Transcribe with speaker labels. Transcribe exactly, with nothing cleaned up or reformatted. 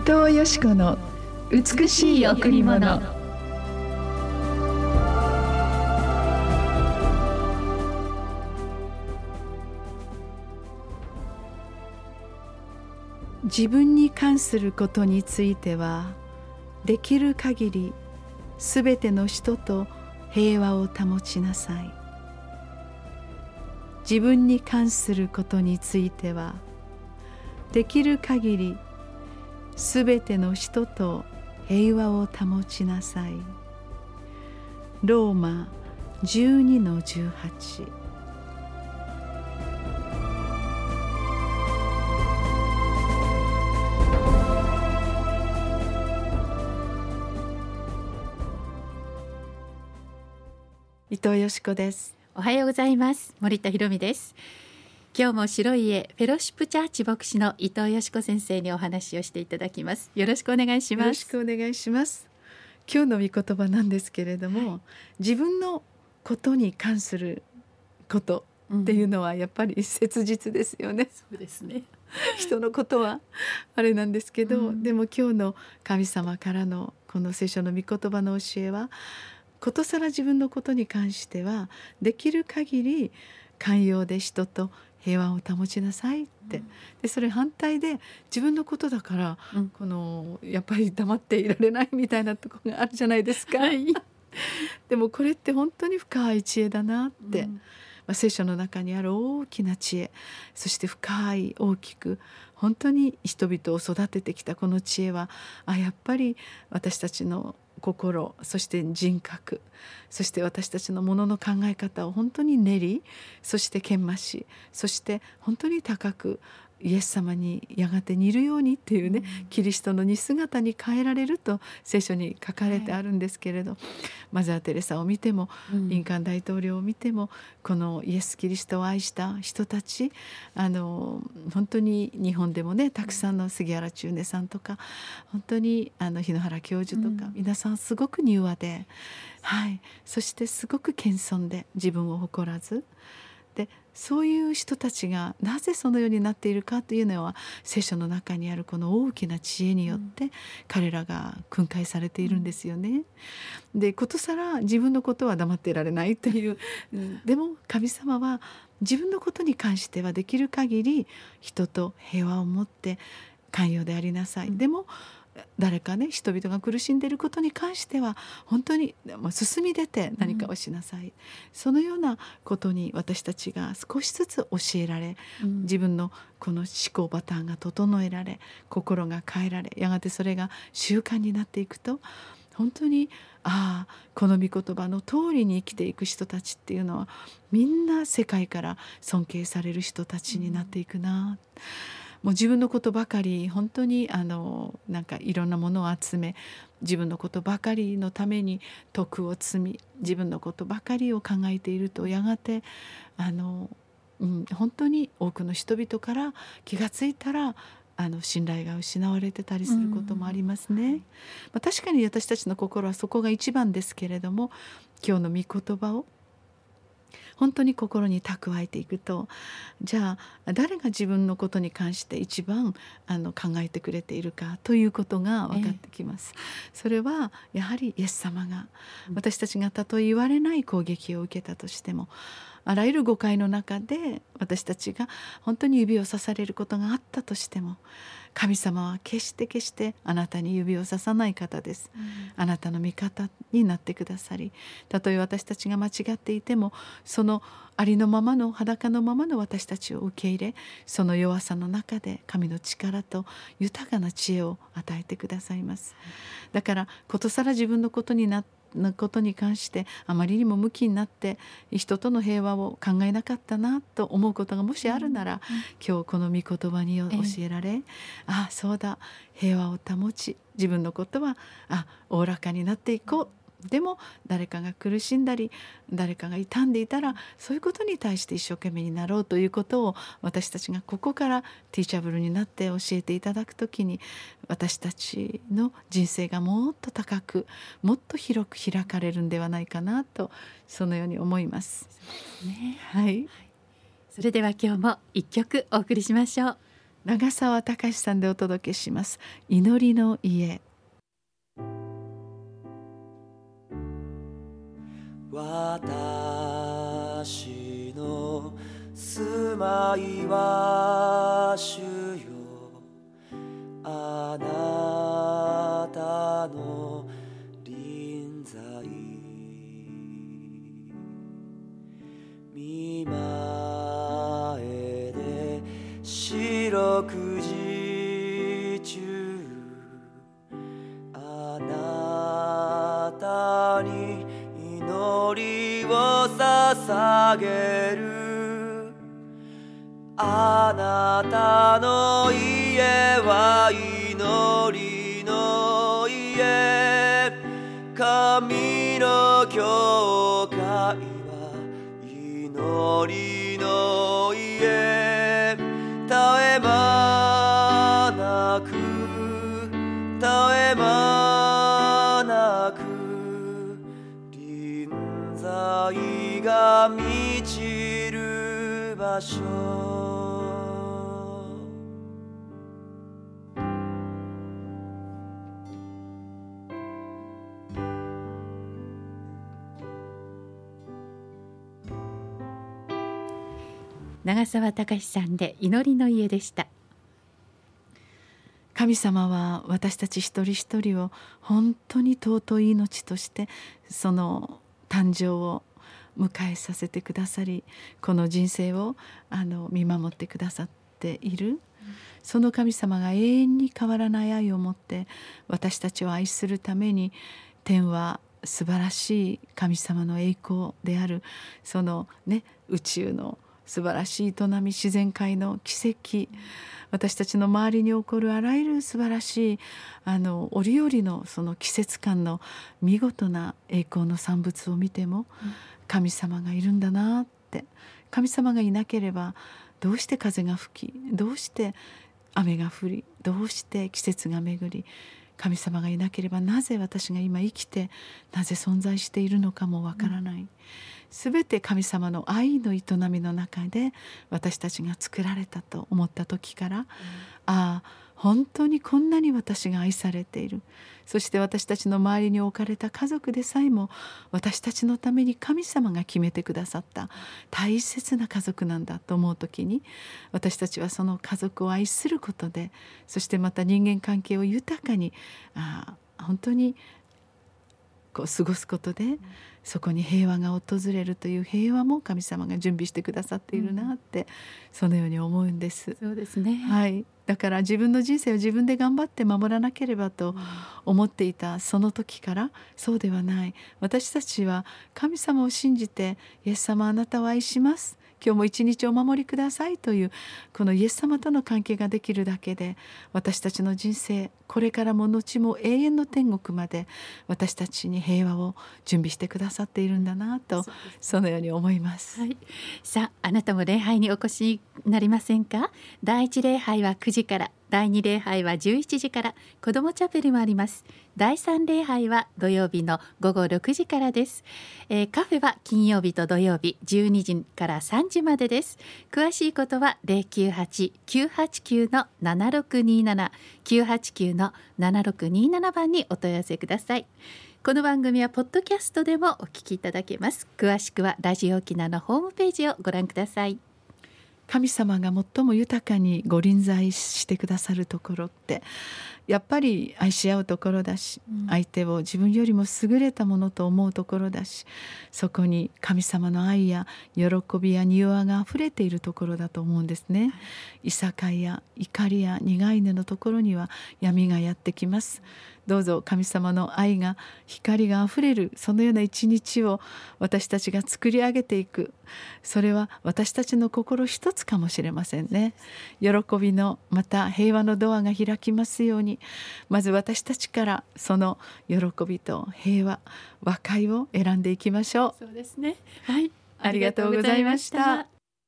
Speaker 1: 藤よし子の美しい贈り物。自分に関することについては、できる限りすべての人と平和を保ちなさい。自分に関することについては、できる限りすべての人と平和を保ちなさい。ローマじゅうにのじゅうはち。伊藤よし子です。
Speaker 2: おはようございます。森田博美です。今日も白い家フェロシップチャーチ牧師の伊藤よし子先生にお話をしていただきます。よろしくお願いします。
Speaker 1: よろしくお願いします。今日の御言葉なんですけれども、はい、自分のことに関することっていうのはやっぱり切実ですよね、
Speaker 2: うん、そうですね。
Speaker 1: 人のことはあれなんですけど、うん、でも今日の神様からのこの聖書の御言葉の教えは、ことさら自分のことに関してはできる限り寛容で人と平和を保ちなさいって、うん、でそれ反対で自分のことだから、うん、このやっぱり黙っていられないみたいなところがあるじゃないですか、はい、でもこれって本当に深い知恵だなって、うんまあ、聖書の中にある大きな知恵、そして深い大きく本当に人々を育ててきたこの知恵は、あやっぱり私たちの心、そして人格、そして私たちのものの考え方を本当に練り、そして研磨し、そして本当に高くイエス様にやがて似るようにっていうね、うん、キリストの似姿に変えられると聖書に書かれてあるんですけれど、はい、マザー・テレサを見ても、うん、リンカーン大統領を見ても、このイエス・キリストを愛した人たち、あの本当に日本でもねたくさんの杉原千畝さんとか、本当にあの日野原教授とか、うん、皆さんすごく柔和で、はい、そしてすごく謙遜で自分を誇らずで、そういう人たちがなぜそのようになっているかというのは、聖書の中にあるこの大きな知恵によって彼らが訓戒されているんですよね。でことさら自分のことは黙っていられないというでも神様は自分のことに関してはできる限り人と平和を持って寛容でありなさい、うん、でも誰かね人々が苦しんでいることに関しては本当に進み出て何かをしなさい、うん、そのようなことに私たちが少しずつ教えられ、うん、自分のこの思考パターンが整えられ、心が変えられ、やがてそれが習慣になっていくと、本当にああこの御言葉の通りに生きていく人たちっていうのはみんな世界から尊敬される人たちになっていくな、うんもう自分のことばかり本当にあのなんかいろんなものを集め、自分のことばかりのために徳を積み、自分のことばかりを考えていると、やがてあの、うん、本当に多くの人々から気がついたらあの信頼が失われてたりすることもありますね、うんまあ、確かに私たちの心はそこが一番ですけれども、今日の御言葉を本当に心に蓄えていくと、じゃあ誰が自分のことに関して一番あの考えてくれているかということが分かってきます、ええ、それはやはりイエス様が、私たちがたとえ言われない攻撃を受けたとしても、あらゆる誤解の中で私たちが本当に指を刺されることがあったとしても、神様は決して決してあなたに指を刺さない方です、うん、あなたの味方になってくださり、たとえ私たちが間違っていても、そのありのままの裸のままの私たちを受け入れ、その弱さの中で神の力と豊かな知恵を与えてくださいます、うん、だからことさら自分のことになってのことに関してあまりにも向きになって人との平和を考えなかったなと思うことがもしあるなら、うん、今日この御言葉に教えられ、ええ、ああそうだ、平和を保ち自分のことはあおおらかになっていこう、でも誰かが苦しんだり誰かが傷んでいたら、そういうことに対して一生懸命になろうということを、私たちがここからティーチャブルになって教えていただくときに、私たちの人生がもっと高くもっと広く開かれるんではないかなと、そのように思います、
Speaker 2: ね、
Speaker 1: はい、
Speaker 2: それでは今日も一曲お送りしましょう。
Speaker 1: 長澤隆さんでお届けします。祈りの家。
Speaker 3: 私の住まいは主よ、あなたの臨在、見前で四六時中あなたに祈りを捧げる。あなたの家は祈りの家、神の教会は祈りの家、絶え間なく絶え間なく臨在が満ちる場所。
Speaker 2: 長澤隆さんで祈りの家でした。
Speaker 1: 神様は私たち一人一人を本当に尊い命としてその誕生を迎えさせてくださり、この人生をあの見守ってくださっている、うん、その神様が永遠に変わらない愛を持って私たちを愛するために、天は素晴らしい神様の栄光であるそのね、宇宙の素晴らしい営み、自然界の奇跡、私たちの周りに起こるあらゆる素晴らしいあの折々のその季節感の見事な栄光の産物を見ても、うん、神様がいるんだなって。神様がいなければどうして風が吹き、どうして雨が降り、どうして季節が巡り、神様がいなければなぜ私が今生きて、なぜ存在しているのかもわからない、うん、すべて神様の愛の営みの中で私たちが作られたと思った時から、うん、ああ本当にこんなに私が愛されている、そして私たちの周りに置かれた家族でさえも私たちのために神様が決めてくださった大切な家族なんだと思う時に、私たちはその家族を愛することで、そしてまた人間関係を豊かにあ本当にこう過ごすことで、うん、そこに平和が訪れるという平和も神様が準備してくださっているなって、うん、そのように思うんです。
Speaker 2: そうですね、
Speaker 1: はい、だから自分の人生を自分で頑張って守らなければと思っていたその時から、そうではない、私たちは神様を信じて、イエス様あなたを愛します、今日も一日お守りくださいというこのイエス様との関係ができるだけで、私たちの人生これからも後も永遠の天国まで私たちに平和を準備してくださっているんだなと、 そ, そのように思います、
Speaker 2: はい、さああなたも礼拝にお越しになりませんか。第一礼拝はくじから、第二礼拝はじゅういちじから、子どもチャペルもあります。第三礼拝は土曜日の午後ろくじからです、えー、カフェは金曜日と土曜日じゅうにじからさんじまでです。詳しいことは ゼロきゅうはち きゅうはちきゅう ななろくにーなな きゅうはちきゅう ななろくにーなな 番にお問い合わせください。この番組はポッドキャストでもお聞きいただけます。詳しくはラジオ沖縄のホームページをご覧ください。
Speaker 1: 神様が最も豊かにご臨在してくださるところってやっぱり愛し合うところだし、うん、相手を自分よりも優れたものと思うところだし、そこに神様の愛や喜びや柔和があふれているところだと思うんですね、はい、いさかいや怒りや苦い根のところには闇がやってきます。どうぞ神様の愛が光があふれるそのような一日を私たちが作り上げていく、それは私たちの心一つかもしれませんね。喜びのまた平和のドアが開きますように、まず私たちからその喜びと平和和解を選んでいきましょう。
Speaker 2: そうですね、はい、
Speaker 1: ありがとうございました。